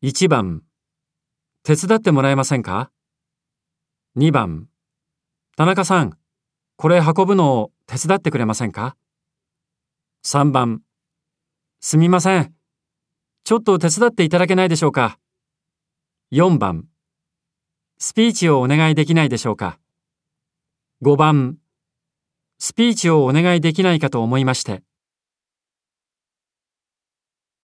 1番、手伝ってもらえませんか？ 2 番、田中さん、これ運ぶのを手伝ってくれませんか？ 3 番、すみません。ちょっと手伝っていただけないでしょうか？ 4 番、スピーチをお願いできないでしょうか？ 5 番、スピーチをお願いできないかと思いまして。